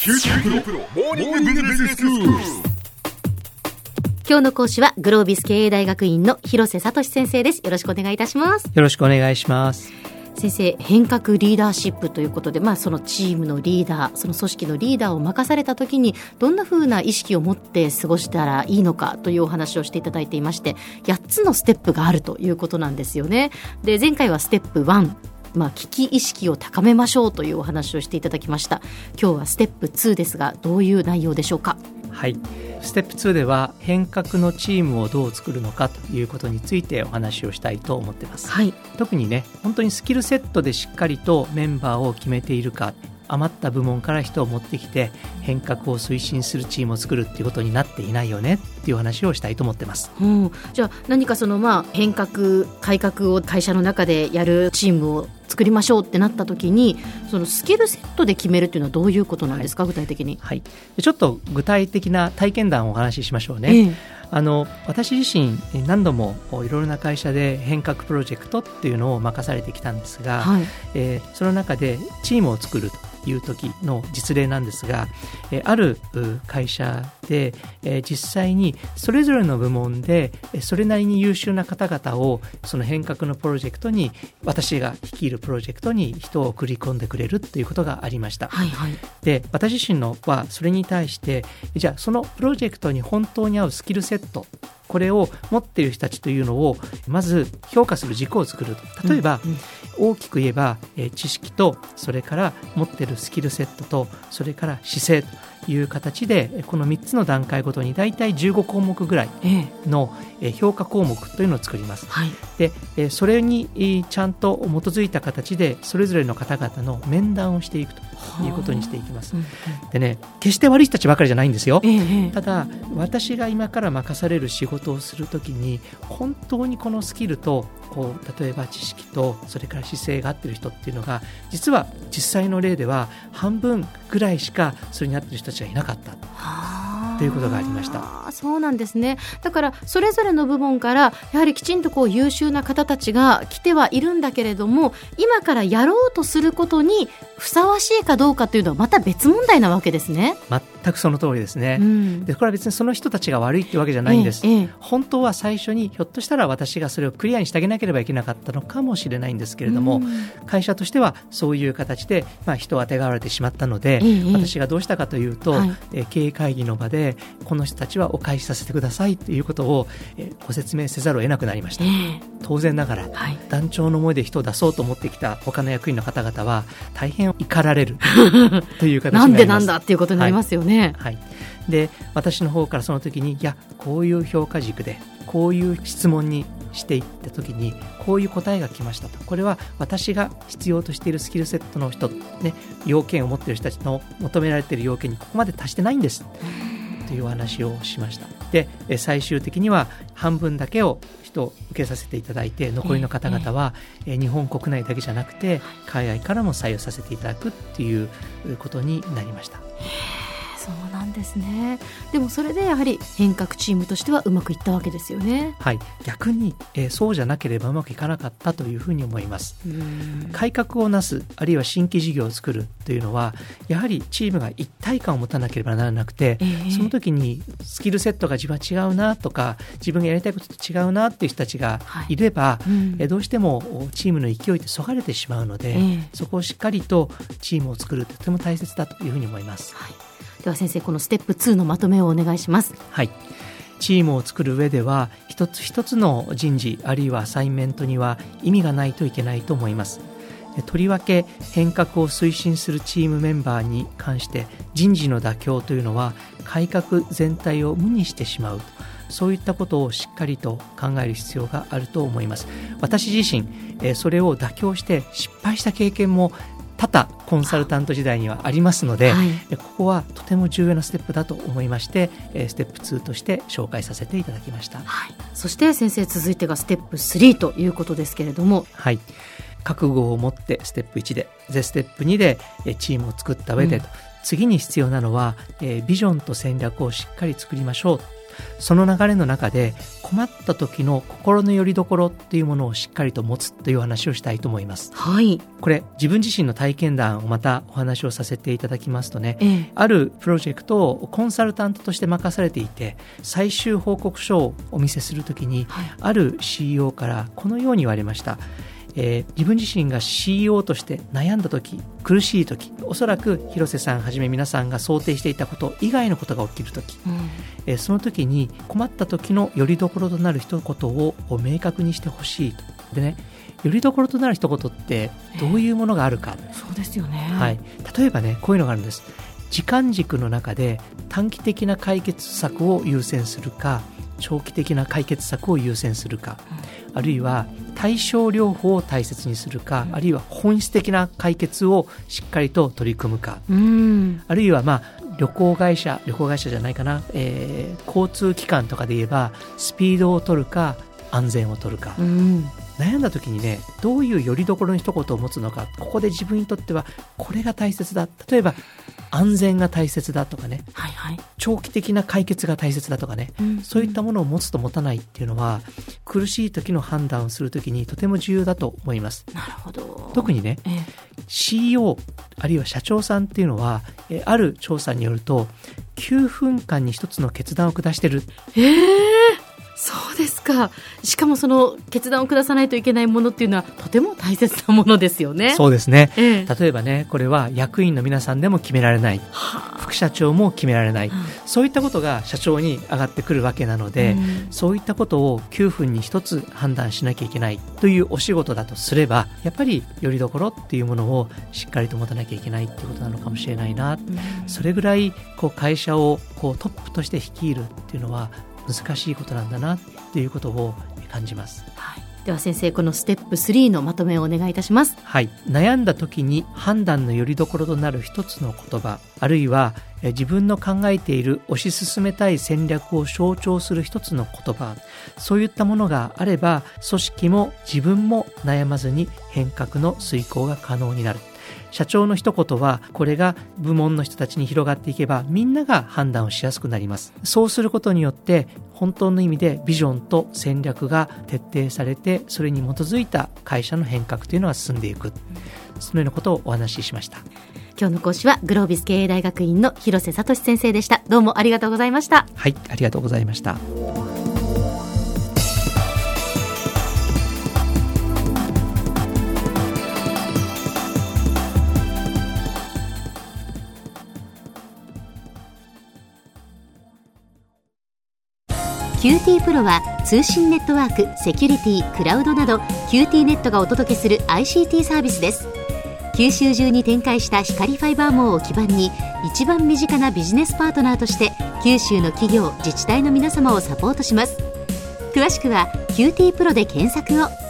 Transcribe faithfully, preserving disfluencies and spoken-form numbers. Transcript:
キューティープロモーニングビジネススクール。 今日の講師はグロービス経営大学院の広瀬聡先生です。よろしくお願いいたします。 よろしくお願いします。 先生、変革リーダーシップということで、まあ、そのチームのリーダー、その組織のリーダーを任されたときにどんな風な意識を持って過ごしたらいいのかというお話をしていただいていまして、やっつのステップがあるということなんですよね。で、前回はステップワン、まあ、危機意識を高めましょうというお話をしていただきました。今日はステップツーですが、どういう内容でしょうか。 はい、ステップツーでは変革のチームをどう作るのかということについてお話をしたいと思っています、 はい、 特にね、本当にスキルセットでしっかりとメンバーを決めているか、余った部門から人を持ってきて変革を推進するチームを作るっていうことになっていないよねっていう話をしたいと思ってます、 うん、じゃあ何かそのまあ変革改革を会社の中でやるチームを作りましょうってなった時に、そのスキルセットで決めるっていうのはどういうことなんですか、はい、具体的に。 はい、ちょっと具体的な体験談をお話ししましょうね、ええ、あの私自身何度もいろいろな会社で変革プロジェクトっていうのを任されてきたんですが、はい、えー、その中でチームを作るという時の実例なんですが、えー、ある会社で、えー、実際にそれぞれの部門でそれなりに優秀な方々をその変革のプロジェクトに、私が率いるプロジェクトに人を送り込んでくれるということがありました、はいはい、で私自身のはそれに対して、じゃあそのプロジェクトに本当に合うスキルセット、これを持っている人たちというのをまず評価する軸を作ると。例えば、うんうん、大きく言えば、えー、知識とそれから持っているスキルセットとそれから姿勢という形で、このみっつの段階ごとにだいたいじゅうごこうもくぐらいの、えー、評価項目というのを作ります、はい、で、えー、それに、えー、ちゃんと基づいた形でそれぞれの方々の面談をしていくということにしていきます、うんうん、でね、決して悪い人たちばかりじゃないんですよ、えー、ただ私が今から任される仕事をするときに本当にこのスキルとこう例えば知識とそれから姿勢が合っている人っていうのが、実は実際の例では半分ぐらいしかそれに合っている人たちがいなかったということがありました。 そうなんですね。だからそれぞれの部門からやはりきちんとこう優秀な方たちが来てはいるんだけれども、今からやろうとすることにふさわしいかどうかというのはまた別問題なわけですね。 全くその通りですね、うん、でこれは別にその人たちが悪いってわけじゃないんです、ええええ、本当は最初にひょっとしたら私がそれをクリアにしてあげなければいけなかったのかもしれないんですけれども、うん、会社としてはそういう形で、まあ、人をあてがわれてしまったので、ええ、私がどうしたかというと、はい、え経営会議の場でこの人たちはお返しさせてくださいということを、えご説明せざるを得なくなりました、ええ、当然ながら、はい、団長の思いで人を出そうと思ってきた他の役員の方々は大変怒られるという形になります。 なんでなんだっていうことになりますよね、はいはい、で私の方からその時に、いやこういう評価軸でこういう質問にしていった時にこういう答えが来ましたと、これは私が必要としているスキルセットの人、ね、要件を持っている人たちの求められている要件にここまで達してないんですというお話をしました。で最終的には半分だけを人を受けさせていただいて、残りの方々は、えーえー、日本国内だけじゃなくて海外からも採用させていただくっていうことになりました。 そうなんですね。でもそれでやはり変革チームとしてはうまくいったわけですよね。 はい、逆に、えー、そうじゃなければうまくいかなかったというふうに思います。うん、改革をなす、あるいは新規事業を作るというのはやはりチームが一体感を持たなければならなくて、えー、その時にスキルセットが自分は違うなとか、自分がやりたいことと違うなっていう人たちがいれば、はい、うん、えー、どうしてもチームの勢いってそがれてしまうので、えー、そこをしっかりとチームを作るってとても大切だというふうに思います。はい、 では先生、このステップツーのまとめをお願いします。 はい、チームを作る上では一つ一つの人事あるいはアサインメントには意味がないといけないと思います。とりわけ変革を推進するチームメンバーに関して人事の妥協というのは改革全体を無にしてしまう、そういったことをしっかりと考える必要があると思います。私自身それを妥協して失敗した経験も多々コンサルタント時代にはありますので、はい、ここはとても重要なステップだと思いまして、ステップツーとして紹介させていただきました。 はい、そして先生、続いてがステップスリーということですけれども、 はい、覚悟を持ってステップいちで、でステップにでチームを作った上でと、うん、次に必要なのはビジョンと戦略をしっかり作りましょう。 その流れの中で困った時の心の拠り所っていうものをしっかりと持つという話をしたいと思います。 はい、 これ自分自身の体験談をまたお話をさせていただきますとね、 ええ、 あるプロジェクトをコンサルタントとして任されていて、最終報告書をお見せするときに、はい、ある シーイーオー からこのように言われました。えー、自分自身が シーイーオー として悩んだ時、苦しい時、おそらく広瀬さんはじめ皆さんが想定していたこと以外のことが起きる時、うん、えー、その時に困った時の拠り所となる一言を明確にしてほしいと。でね、拠り所となる一言ってどういうものがあるか、 えー、そうですよね、 はい、例えばね、こういうのがあるんです。時間軸の中で短期的な解決策を優先するか、長期的な解決策を優先するか、うん、あるいは対症療法を大切にするか、うん、あるいは本質的な解決をしっかりと取り組むか、うん、あるいはまあ旅行会社旅行会社じゃないかな、えー、交通機関とかで言えばスピードを取るか安全を取るか、うん、悩んだ時にね、どういう拠り所の一言を持つのか、ここで自分にとってはこれが大切だ、例えば安全が大切だとかね、はいはい、長期的な解決が大切だとかね、うんうん、そういったものを持つと持たないっていうのは苦しい時の判断をする時にとても重要だと思います。 なるほど。 特にね、ええ、シーイーオー あるいは社長さんっていうのは、えある調査によるときゅうふんかんに一つの決断を下してる。 えーそうですか。しかもその決断を下さないといけないものっていうのはとても大切なものですよね。 そうですね、 ええ、 例えばね、これは役員の皆さんでも決められない、はあ、副社長も決められない、うん、そういったことが社長に上がってくるわけなので、うん、そういったことをきゅうふんに一つ判断しなきゃいけないというお仕事だとすれば、やっぱり拠り所っていうものをしっかりと持たなきゃいけないっていうことなのかもしれないな、うん、それぐらいこう会社をこうトップとして率いるっていうのは難しいことなんだなっていうことを感じます、 はい、では先生、このステップスリーのまとめをお願いいたします。 はい、悩んだ時に判断の拠り所となる一つの言葉、あるいは自分の考えている推し進めたい戦略を象徴する一つの言葉、そういったものがあれば組織も自分も悩まずに変革の遂行が可能になる。社長の一言はこれが部門の人たちに広がっていけばみんなが判断をしやすくなります。そうすることによって本当の意味でビジョンと戦略が徹底されて、それに基づいた会社の変革というのが進んでいく、そのようなことをお話ししました。 今日の講師はグロービス経営大学院の広瀬聡先生でした。どうもありがとうございました。 はい、ありがとうございました。 キューティー プロは通信ネットワーク、セキュリティ、クラウドなど キューティー ネットがお届けする アイシーティー サービスです。九州中に展開した光ファイバー網を基盤に一番身近なビジネスパートナーとして九州の企業、自治体の皆様をサポートします。詳しくは キューティー プロで検索を。